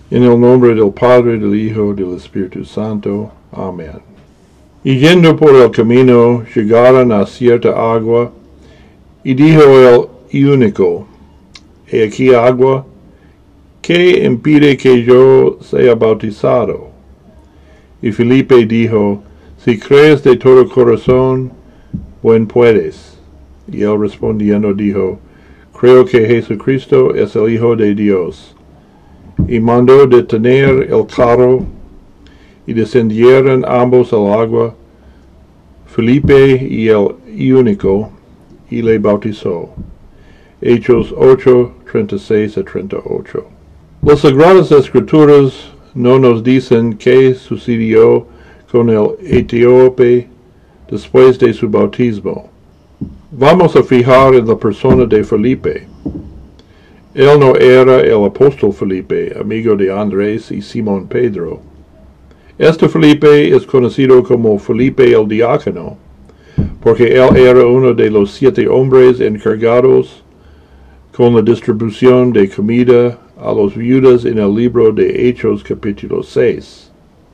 En el nombre del Padre, del Hijo, del Espíritu Santo. Amén. Y yendo por el camino, llegaron a cierta agua, y dijo el eunuco, he aquí agua, ¿qué impide que yo sea bautizado? Y Felipe dijo, si crees de todo corazón, buen puedes. Y él respondiendo dijo, creo que Jesucristo es el Hijo de Dios. Y mandó detener el carro, y descendieron ambos al agua, Felipe y el eunuco, y le bautizó. Hechos 8, 36 a 38. Las Sagradas Escrituras no nos dicen qué sucedió con el etíope después de su bautismo. Vamos a fijar en la persona de Felipe. Él no era el apóstol Felipe, amigo de Andrés y Simón Pedro. Este Felipe es conocido como Felipe el diácono, porque él era uno de los 7 hombres encargados con la distribución de comida a los viudas en el libro de Hechos capítulo 6.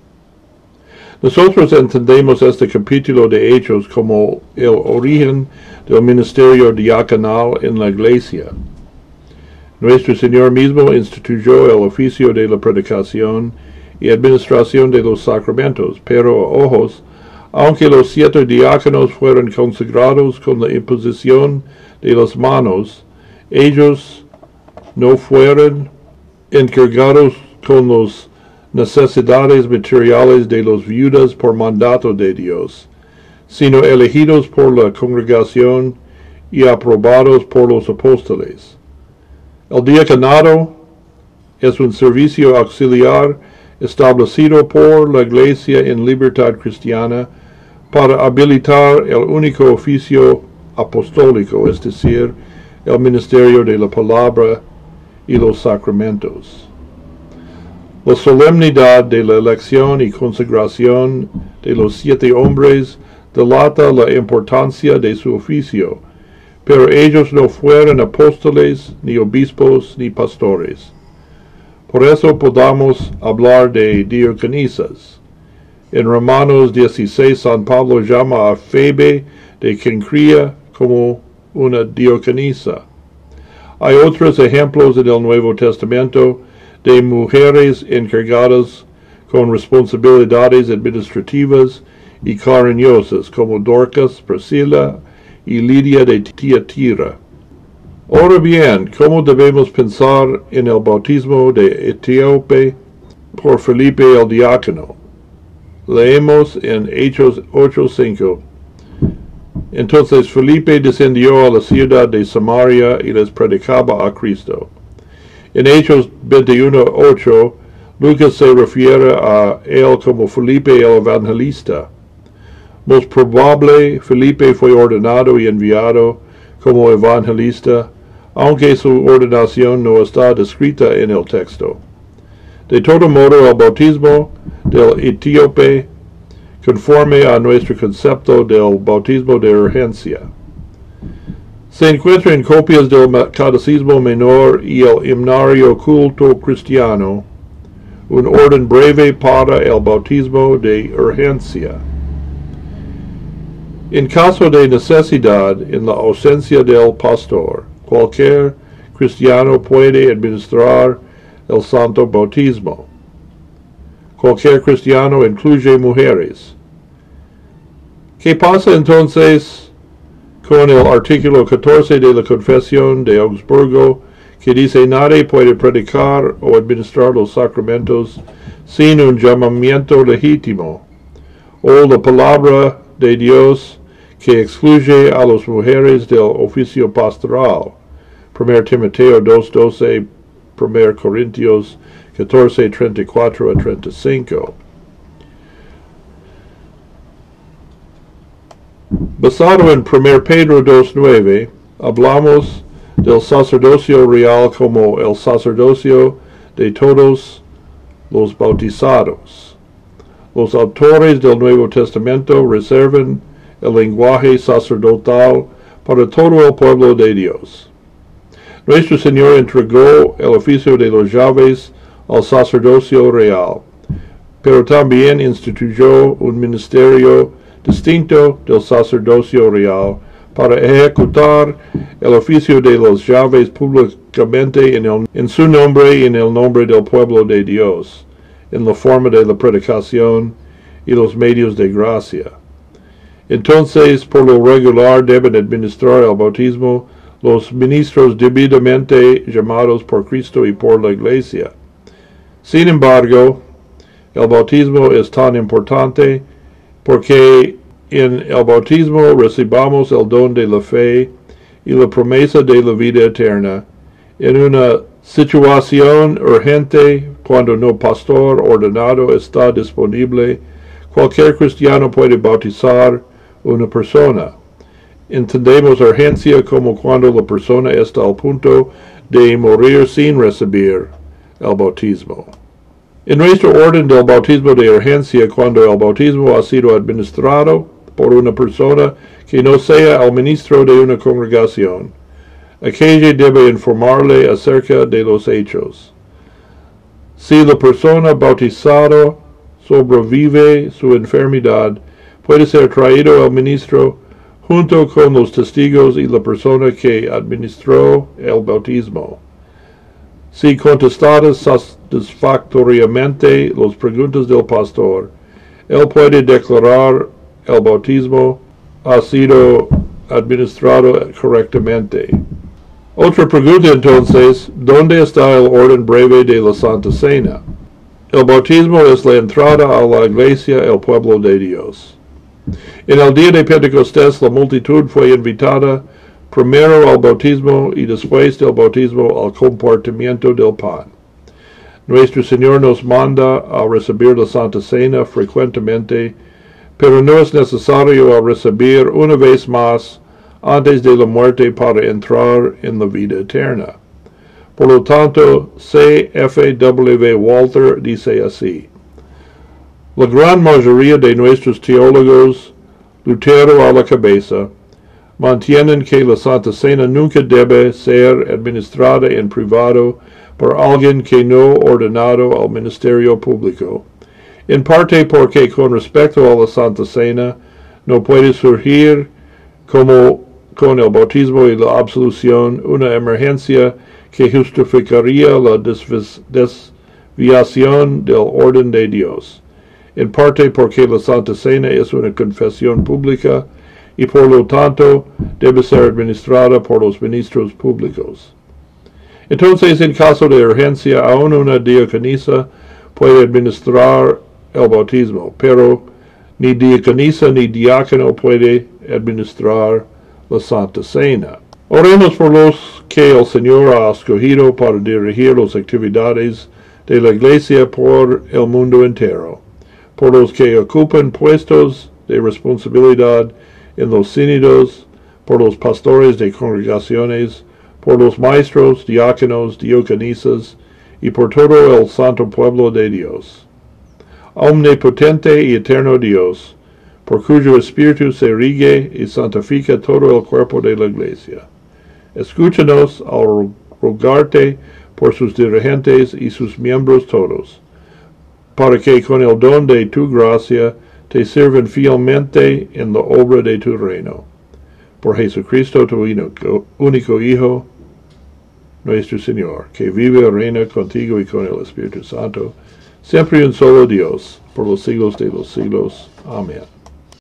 Nosotros entendemos este capítulo de Hechos como el origen del ministerio diaconal en la iglesia. Nuestro Señor mismo instituyó el oficio de la predicación y administración de los sacramentos, pero, ojos, aunque los 7 diáconos fueron consagrados con la imposición de las manos, ellos no fueron encargados con las necesidades materiales de los viudas por mandato de Dios, sino elegidos por la congregación y aprobados por los apóstoles. El diaconado es un servicio auxiliar establecido por la Iglesia en libertad cristiana para habilitar el único oficio apostólico, es decir, el ministerio de la palabra y los sacramentos. La solemnidad de la elección y consagración de los 7 hombres delata la importancia de su oficio, pero ellos no fueron apóstoles, ni obispos, ni pastores. Por eso podamos hablar de diaconisas. En Romanos 16, San Pablo llama a Febe de Kencrea como una diaconisa. Hay otros ejemplos en el Nuevo Testamento de mujeres encargadas con responsabilidades administrativas y cariñosas, como Dorcas, Priscila y Lidia de Tiatira. Ahora bien, ¿cómo debemos pensar en el bautismo de etíope por Felipe el diácono? Leemos en Hechos 8:5. Entonces Felipe descendió a la ciudad de Samaria y les predicaba a Cristo. En Hechos 21:8, Lucas se refiere a él como Felipe el evangelista. Most probable, Felipe fue ordenado y enviado como evangelista, aunque su ordenación no está descrita en el texto. De todo modo, el bautismo del etíope conforme a nuestro concepto del bautismo de urgencia. Se encuentra en copias del Catecismo Menor y el Himnario Culto Cristiano, un orden breve para el bautismo de urgencia. En caso de necesidad, en la ausencia del pastor, cualquier cristiano puede administrar el santo bautismo. Cualquier cristiano incluye mujeres. ¿Qué pasa entonces con el artículo 14 de la Confesión de Augsburgo, que dice nadie puede predicar o administrar los sacramentos sin un llamamiento legítimo, o la palabra de Dios que excluye a las mujeres del oficio pastoral? 1 Timoteo 2:12, 1 Corintios 14:34 a 35. Basado en 1 Pedro 2:9, hablamos del sacerdocio real como el sacerdocio de todos los bautizados. Los autores del Nuevo Testamento reservan el lenguaje sacerdotal para todo el pueblo de Dios. Nuestro Señor entregó el oficio de las llaves al sacerdocio real, pero también instituyó un ministerio distinto del sacerdocio real para ejecutar el oficio de las llaves públicamente en su nombre y en el nombre del pueblo de Dios, en la forma de la predicación y los medios de gracia. Entonces, por lo regular deben administrar el bautismo los ministros debidamente llamados por Cristo y por la Iglesia. Sin embargo, el bautismo es tan importante porque en el bautismo recibamos el don de la fe y la promesa de la vida eterna en una situación urgente cuando no pastor ordenado está disponible. Cualquier cristiano puede bautizar una persona. Entendemos urgencia como cuando la persona está al punto de morir sin recibir el bautismo. En nuestro orden del bautismo de urgencia, cuando el bautismo ha sido administrado por una persona que no sea el ministro de una congregación, aquella debe informarle acerca de los hechos. Si la persona bautizada sobrevive su enfermedad, puede ser traído al ministro junto con los testigos y la persona que administró el bautismo. Si contestadas satisfactoriamente las preguntas del pastor, él puede declarar el bautismo ha sido administrado correctamente. Otra pregunta entonces, ¿dónde está el orden breve de la Santa Cena? El bautismo es la entrada a la iglesia, el pueblo de Dios. En el día de Pentecostés la multitud fue invitada primero al bautismo y después del bautismo al compartimiento del pan. Nuestro Señor nos manda a recibir la Santa Cena frecuentemente, pero no es necesario recibir una vez más antes de la muerte para entrar en la vida eterna. Por lo tanto, C. F. W. Walter dice así: la gran mayoría de nuestros teólogos, Lutero a la cabeza, mantienen que la Santa Cena nunca debe ser administrada en privado por alguien que no ordenado al ministerio público, en parte porque con respecto a la Santa Cena no puede surgir, como con el bautismo y la absolución, una emergencia que justificaría la desviación del orden de Dios, en parte porque la Santa Cena es una confesión pública y por lo tanto debe ser administrada por los ministros públicos. Entonces, en caso de urgencia, aún una diaconisa puede administrar el bautismo, pero ni diaconisa ni diácono puede administrar la Santa Cena. Oremos por los que el Señor ha escogido para dirigir las actividades de la Iglesia por el mundo entero, por los que ocupan puestos de responsabilidad en los sínodos, por los pastores de congregaciones, por los maestros, diáconos, diaconisas, y por todo el santo pueblo de Dios. Omnipotente y eterno Dios, por cuyo espíritu se rige y santifica todo el cuerpo de la Iglesia, escúchanos al rogarte por sus dirigentes y sus miembros todos, para que con el don de tu gracia te sirvan fielmente en la obra de tu reino. Por Jesucristo, tu único Hijo, nuestro Señor, que vive y reina contigo y con el Espíritu Santo, siempre y un solo Dios, por los siglos de los siglos. Amén.